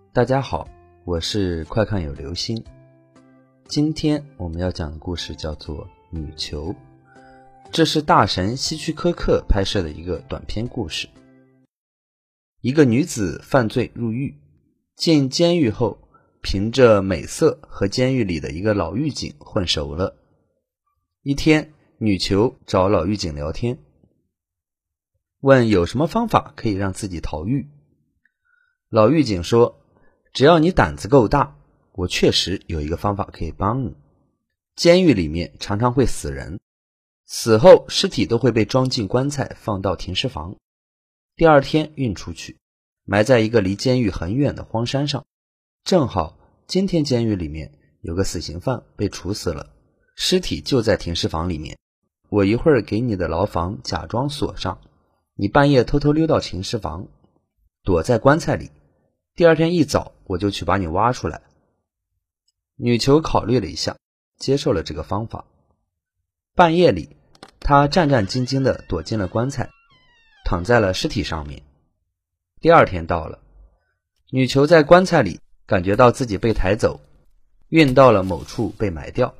大家好，我是快看有流星。今天我们要讲的故事叫做女囚，这是大神希区柯克拍摄的一个短篇故事。一个女子犯罪入狱，进监狱后，凭着美色和监狱里的一个老狱警混熟了。一天，女囚找老狱警聊天，问有什么方法可以让自己逃狱。老狱警说，只要你胆子够大，我确实有一个方法可以帮你。监狱里面常常会死人，死后尸体都会被装进棺材放到停尸房，第二天运出去，埋在一个离监狱很远的荒山上。正好今天监狱里面有个死刑犯被处死了，尸体就在停尸房里面，我一会儿给你的牢房假装锁上，你半夜偷偷溜到停尸房，躲在棺材里，第二天一早我就去把你挖出来。女囚考虑了一下，接受了这个方法。半夜里，她战战兢兢地躲进了棺材，躺在了尸体上面。第二天到了，女囚在棺材里感觉到自己被抬走，运到了某处被埋掉。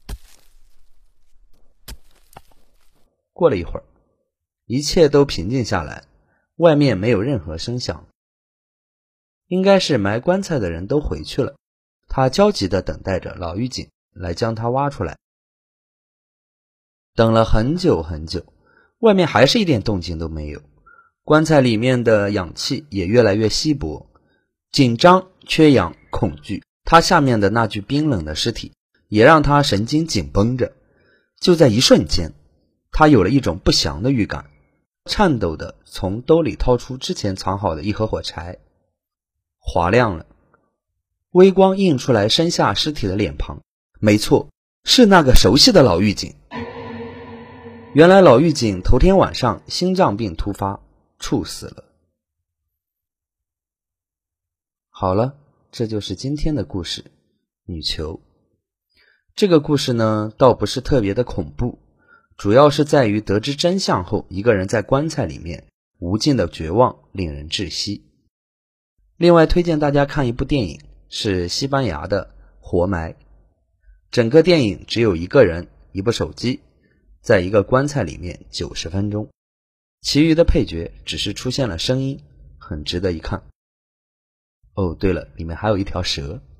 过了一会儿，一切都平静下来，外面没有任何声响，应该是埋棺材的人都回去了。他焦急地等待着老狱警来将他挖出来。等了很久很久，外面还是一点动静都没有，棺材里面的氧气也越来越稀薄。紧张、缺氧、恐惧，他下面的那具冰冷的尸体也让他神经紧绷着。就在一瞬间，他有了一种不祥的预感，颤抖地从兜里掏出之前藏好的一盒火柴，划亮了，微光映出来身下尸体的脸庞，没错，是那个熟悉的老狱警。原来老狱警头天晚上心脏病突发，猝死了。好了，这就是今天的故事，女囚。这个故事呢，倒不是特别的恐怖，主要是在于得知真相后，一个人在棺材里面无尽的绝望，令人窒息。另外推荐大家看一部电影，是西班牙的《活埋》。整个电影只有一个人，一部手机，在一个棺材里面90分钟，其余的配角只是出现了声音，很值得一看。哦，对了，里面还有一条蛇。